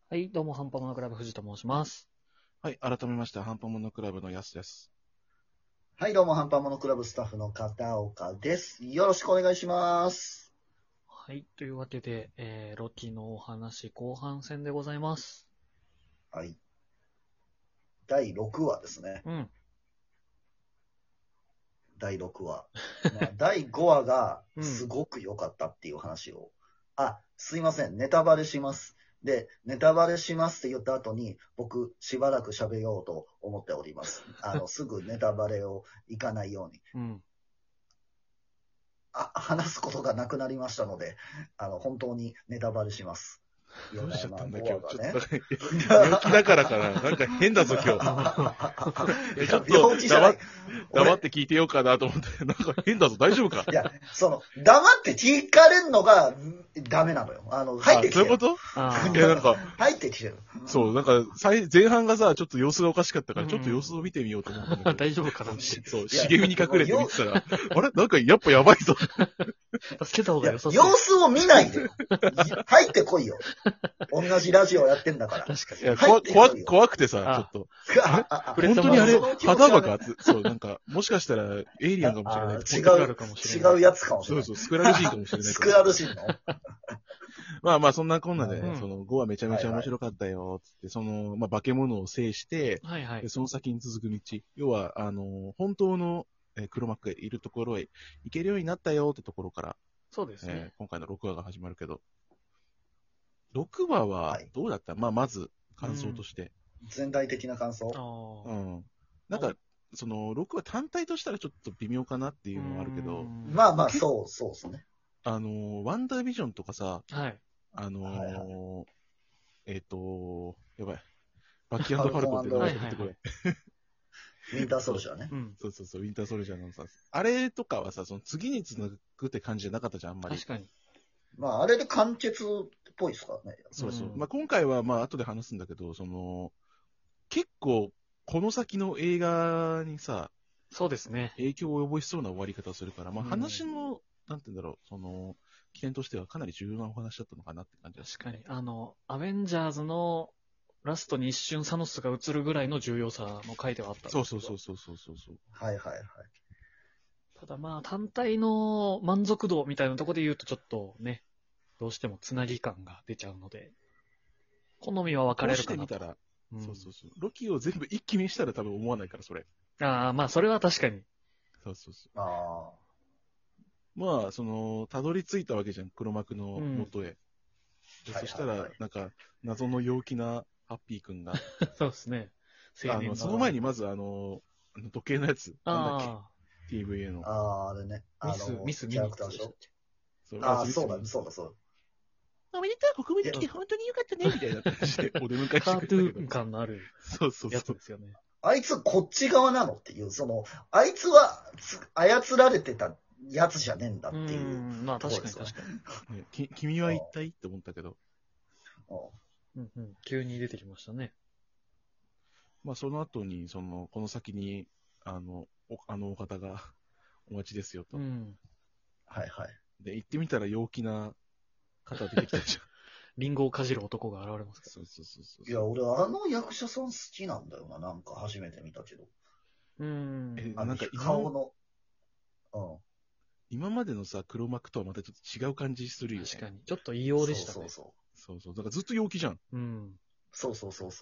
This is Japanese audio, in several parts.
はい、どうも、ハンパモノクラブ藤と申します。 はい、改めまして、ハンパモノクラブのやすです。 はい、どうも、ハンパモノクラブスタッフの片岡です。よろしくお願いします。 はい、というわけで、ロキのお話後半戦でございます。 はい。第6話ですね。 うん。 第6話。まあ、第5話がうんすごく良かったっていう話を。すいません。ネタバレします。で、ネタバレしますって言った後に、僕、しばらく喋ろうと思っております。すぐネタバレをいかないように。 うん。 話すことがなくなりましたので、本当にネタバレします。 どうしちゃったんだ、 まあ今日。ちょっとね、 病気だからかな。なんか変だぞ、今日。ちょっと病気じゃない。 黙って聞いてようかなと思って、なんか変だぞ、大丈夫か。 いや、黙って聞かれんのがダメなのよ。入ってきてる。 そういうこといや、なんか、 入ってきてる。 そう、なんか、前半がさ、ちょっっと様子がおかしかったから、ちょっと様子を見てみようと思ったんだけど。 大丈夫かなって。 そう、茂みに隠れて見てたら、あれなんかやっぱやばいぞ。 助けた方が良さそう。 様子を見ないでよ。入ってこいよ。同じラジオやってんだから。 確かに。 いや、怖くてさ、ちょっと。本当にあれ、肌がそう、なんか、もしかしたら、エイリアンかもしれない。 違うやつかもしれない。 そう、スクラル人かもしれない。 スクラル人のまあ、そんなこんなで、その、5はめちゃめちゃ面白かったよ、つって、化け物を制して、 はいはい。 その先に続く道。要は、本当の黒幕がいるところへ行けるようになったよってところから、 そうですね。 今回の6話が始まるけど、6話はどうだった、まず、感想として。 全体的な感想。 なんか、6話単体としたらちょっと微妙かなっていうのはあるけど、 まあ、そうですね。 ワンダービジョンとかさ、 はい。 やばい。バッキー&ファルコンって名前ってこれ。 ウィンターソルジャーね。 そう、ウィンターソルジャーのさ、あれとかはさ、その次に繋ぐって感じじゃなかったじゃん、あんまり。 確かに。 まあ、あれで完結っぽいですからね。 そう。まあ、今回は、まあ、後で話すんだけど、結構、この先の映画にさ、 そうですね。 影響を及ぼしそうな終わり方をするから、まあ、話の、なんて言うんだろう、起点としてはかなり重要なお話だったのかなって感じだ。 確かに。アベンジャーズのラストに一瞬サノスが映るぐらいの重要さの回ではあったんですけど。 そう。 はい。 ただまあ、単体の満足度みたいなところで言うとちょっとね、どうしてもつなぎ感が出ちゃうので、好みは分かれるかなと。 してみたら、そう。ロキを全部一気にしたら多分思わないから、それ。 ああ、まあ、それは確かに。 そう。まあ、たどり着いたわけじゃん、黒幕の元へ。そしたら、なんか、謎の陽気なハッピーくんが。 そうですね。 その前にまず時計のやつ。なんだっけ ?TVA の。 あれね。 ミスミニッツでしたっけ。 そうだ。 おめでとう、国民的で本当によかったね、みたいな感じでお出迎えしてくれたけど。 カートゥーン感のあるやつですよね。 あいつこっち側なのっていう、あいつは操られてたやつじゃねえんだっていう。 まあ確かに。 君は一体って思ったけど。 急に出てきましたね。 まあその後に、この先に、お方がお待ちですよと。 はい。 で、行ってみたら陽気な方出てきたじゃん。 リンゴをかじる男が現れますけど。 そう。 いや、俺役者さん好きなんだよな。なんか初めて見たけど。 なんか顔の、 今までのさ、黒幕とはまたちょっと違う感じするよね。 確かに。ちょっと異様でしたね。 そう。 だからずっと陽気じゃん。 そう。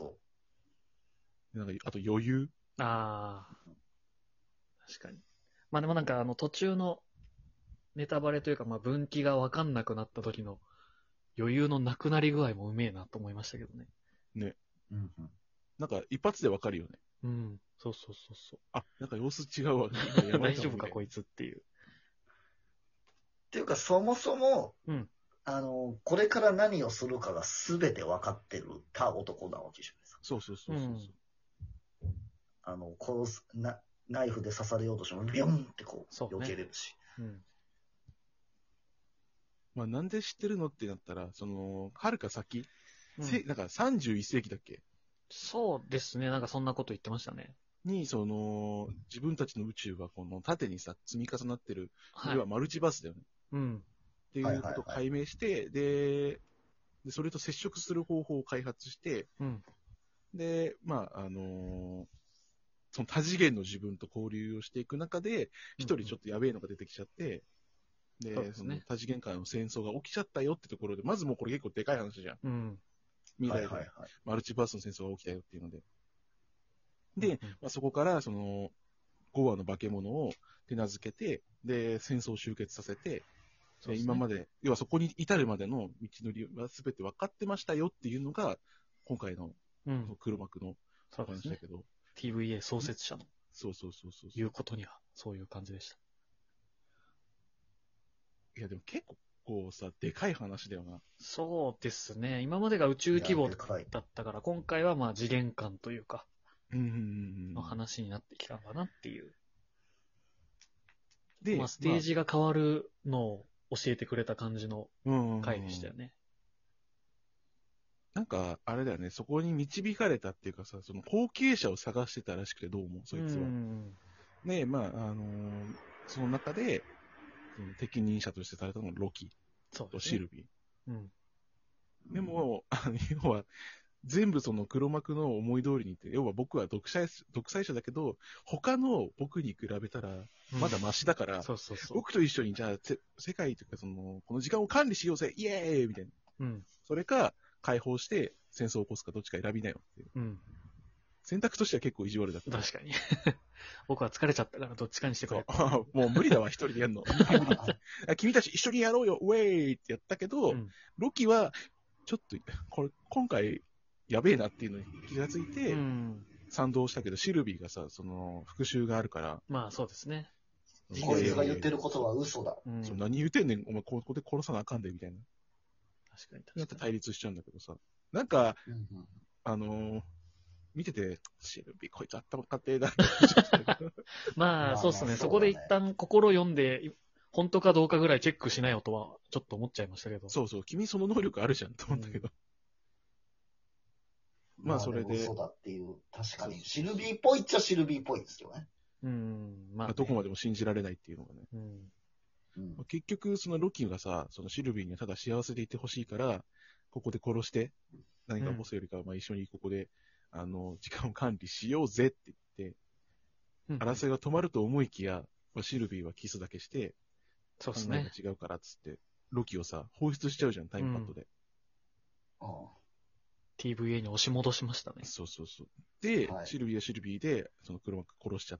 なんか、あと余裕。 確かに。まあでもなんか途中のネタバレというか、まあ分岐がわかんなくなった時の余裕のなくなり具合もうめえなと思いましたけどね。 ね。なんか一発でわかるよね。 そう。 なんか様子違うわ。 大丈夫かこいつっていう。 っていうか、そもそも、これから何をするかが全て分かってるた男なわけじゃないですか。 そう。 ナイフで刺されようとしても、ビョンって避けれるし。 まあ、なんで知ってるのってなったら、はるか先、なんか31世紀だっけ？ そうですね。なんかそんなこと言ってましたね。 に、自分たちの宇宙がこの縦にさ、積み重なってる、それはマルチバースだよね。っていうことを解明して、で、 で、それと接触する方法を開発して、 うん。 で、まあ、その多次元の自分と交流をしていく中で、一人ちょっとやべえのが出てきちゃって、で、その多次元間の戦争が起きちゃったよってところで、まずもうこれ結構でかい話じゃん。 うん。 未来ではいはいはい。 マルチバースの戦争が起きたよっていうので。で、まあ、そこからその5羽の化け物を手なずけて、で、戦争を終結させて、で今まで、要はそこに至るまでの道のりは全て分かってましたよっていうのが、今回の黒幕の話だけど。 TVA 創設者のそうそうそうそう。 言うことには、そういう感じでした。 いや、でも結構、こうさ、でかい話だよな。 そうですね。今までが宇宙規模だったから、今回はまあ次元間というか、の話になってきたんだなっていう。で、まあ、ステージが変わるのを教えてくれた感じの回でしたよね。 なんか、あれだよね、そこに導かれたっていうかさ、その後継者を探してたらしくて、どうも、そいつは。ねまあ、その中で、その適任者としてされたのがロキとシルビー。でも、要は、全部その黒幕の思い通りにって、要は僕は独裁者だけど、他の僕に比べたら、まだマシだから、僕と一緒にじゃあ、世界というかこの時間を管理しようぜ、イエーイみたいな。それか、解放して戦争を起こすかどっちか選びなよっていう。選択としては結構意地悪だった。 確かに。僕は疲れちゃったからどっちかにしてくれ。 もう無理だわ、一人でやるの。君たち一緒にやろうよ、ウェイってやったけど、ロキは、ちょっと、今回、やべえなっていうのに気がついて、賛同したけど、シルビーがさ、その、復讐があるから。 まあそうですね。 こいつが言ってることは嘘だ。 何言ってんねん、お前ここで殺さなあかんで、みたいな。 確かになって対立しちゃうんだけどさ。なんか、見てて、シルビーこいつ頭かってえな。 まあそうですね。そこで一旦心読んで、本当かどうかぐらいチェックしなよとは、ちょっと思っちゃいましたけど。 そうそう、君その能力あるじゃんと思ったけど。 まあそれで。嘘だっていう、確かに。シルビーっぽいっちゃシルビーっぽいですよね。 まあ、どこまでも信じられないっていうのがね。結局、そのロキがさ、そのシルビーにはただ幸せでいてほしいから、ここで殺して、何か起こすよりかは、まあ一緒にここで、時間を管理しようぜって言って、争いが止まると思いきや、まあ、シルビーはキスだけして、 そうですね。 考えが違うからっつって、ロキをさ、放出しちゃうじゃん、タイムパッドで。 TVA に押し戻しましたね。 そうそうそう。で、シルビーはシルビーで、その黒幕殺しちゃって。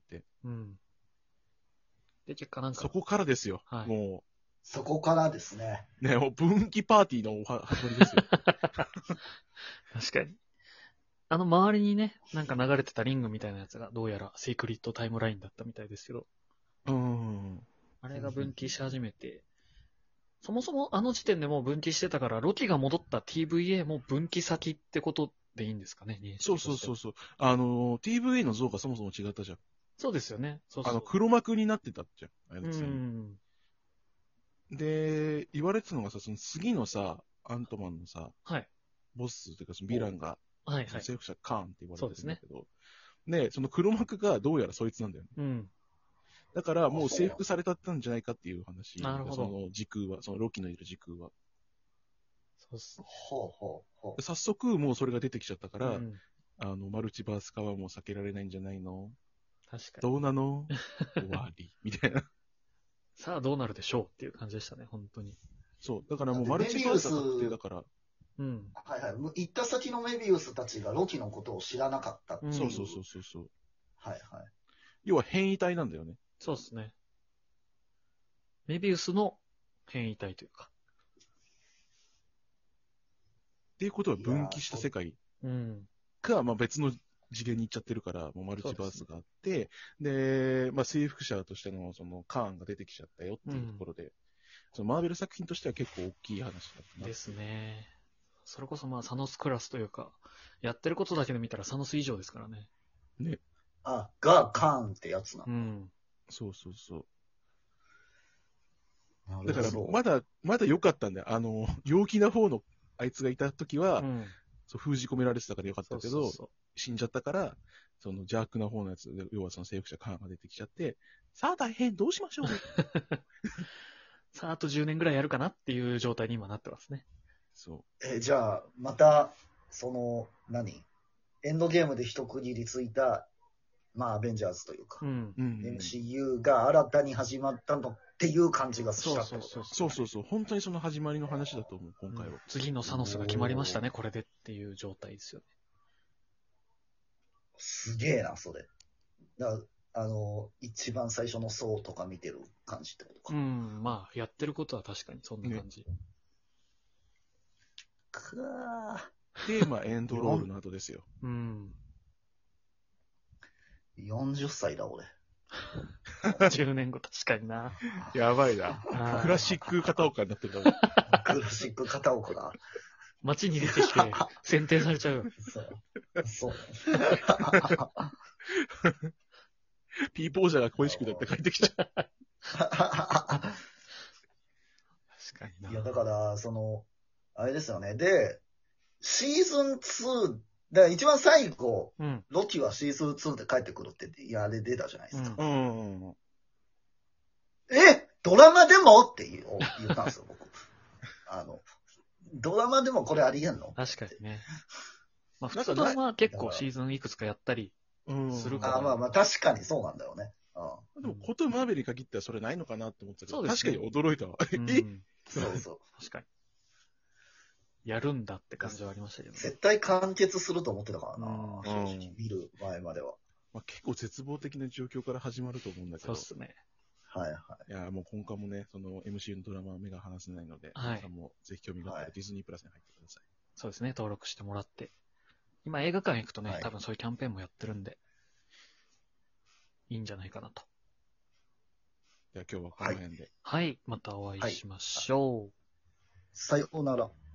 で、結果なんか。 そこからですよ。もう。 そこからですね。 ね、もう分岐パーティーの始まりですよ。 確かに。周りにね、なんか流れてたリングみたいなやつが、どうやらセイクリッドタイムラインだったみたいですけど。あれが分岐し始めて、そもそもあの時点でもう分岐してたから、ロキが戻った TVA も分岐先ってことでいいんですかね、 そうそうそうそう。TVA の像がそもそも違ったじゃん。 そうですよね。そうそう。 黒幕になってたじゃん。で、言われてたのがさ、その次のさ、アントマンのさ、ボスというかそのヴィランが、征服者カーンって言われてるんだけど、ね、その黒幕がどうやらそいつなんだよね。だからもう征服されたんじゃないかっていう話。 なるほど。 その時空は、そのロキのいる時空は。 そうっすね。 早速もうそれが出てきちゃったから、マルチバース化はもう避けられないんじゃないの？ 確かに。 どうなの？終わり。みたいな。 さあどうなるでしょうっていう感じでしたね、本当に。 そう。だからもうマルチバース確定だから。 はいはい。行った先のメビウスたちがロキのことを知らなかったっていう。 そうそうそうそうそう。 はいはい。 要は変異体なんだよね。 そうですね。メビウスの変異体というか。 っていうことは分岐した世界が、まあ別の次元に行っちゃってるから、もうマルチバースがあって、で、まあ征服者としてのそのカーンが出てきちゃったよっていうところで、そのマーベル作品としては結構大きい話だったな。 ですね。それこそまあサノスクラスというか、やってることだけで見たらサノス以上ですからね。 ね。がカーンってやつなの。そうそうそう。だからまだ良かったんだよ。陽気な方のあいつがいた時は、そう封じ込められてたから良かったけど、死んじゃったから、その邪悪な方のやつ、要はその征服者カーンが出てきちゃって、さあ大変どうしましょうさああと10年ぐらいやるかなっていう状態に今なってますね。 そじゃあ、また、エンドゲームで一区切りついた、まあ、アベンジャーズというか、 うん。 う。うん。 MCU が新たに始まったのっていう感じがしそうたってこと。 そうそうそう。本当にその始まりの話だと思う、今回は。 次のサノスが決まりましたね、これでっていう状態ですよね。 すげえな、それ。だ一番最初の層とか見てる感じってことか。 うん、まあ、やってることは確かにそんな感じ。 くわで、まあ、エンドロールの後ですよ。 うん。 ー40歳だ、俺。 10年後、確かにな。 やばいな。 あークラシック片岡になってるだろ。 クラシック片岡だ。 街に出てきて、選定されちゃうよ。 そう。 ピーポージャーが恋しくなって帰ってきちゃう。 確かにな。 いや、だから、あれですよね。で、シーズン2、だから一番最後、 うん。 ロキはシーズン2で帰ってくるって、いや、あれ出たじゃないですか。 うん。 ドラマでもって言ったんですよ、僕。ドラマでもこれありえんの？ 確かにね。まあ、普通ドラマは結構シーズンいくつかやったりするから。 まあ、確かにそうなんだよね。 でも、ことマーベリー限ってはそれないのかなって思ってたけど、 そうですね確かに驚いたわ。 うんそうそう。 確かに。やるんだって感じはありましたけどね。 絶対完結すると思ってたからな、 うん正直。見る前までは。 まあ、結構絶望的な状況から始まると思うんだけど。 そうっすね。 はいはい。 いや、もう今回もね、その MCU のドラマは目が離せないので、 はい皆さんもぜひ興味があったらはいディズニープラスに入ってください。 そうですね。登録してもらって。今映画館行くとね、 はい多分そういうキャンペーンもやってるんで、いいんじゃないかなと。 では今日はこの辺で。 はい。またお会いしましょう。 さようなら。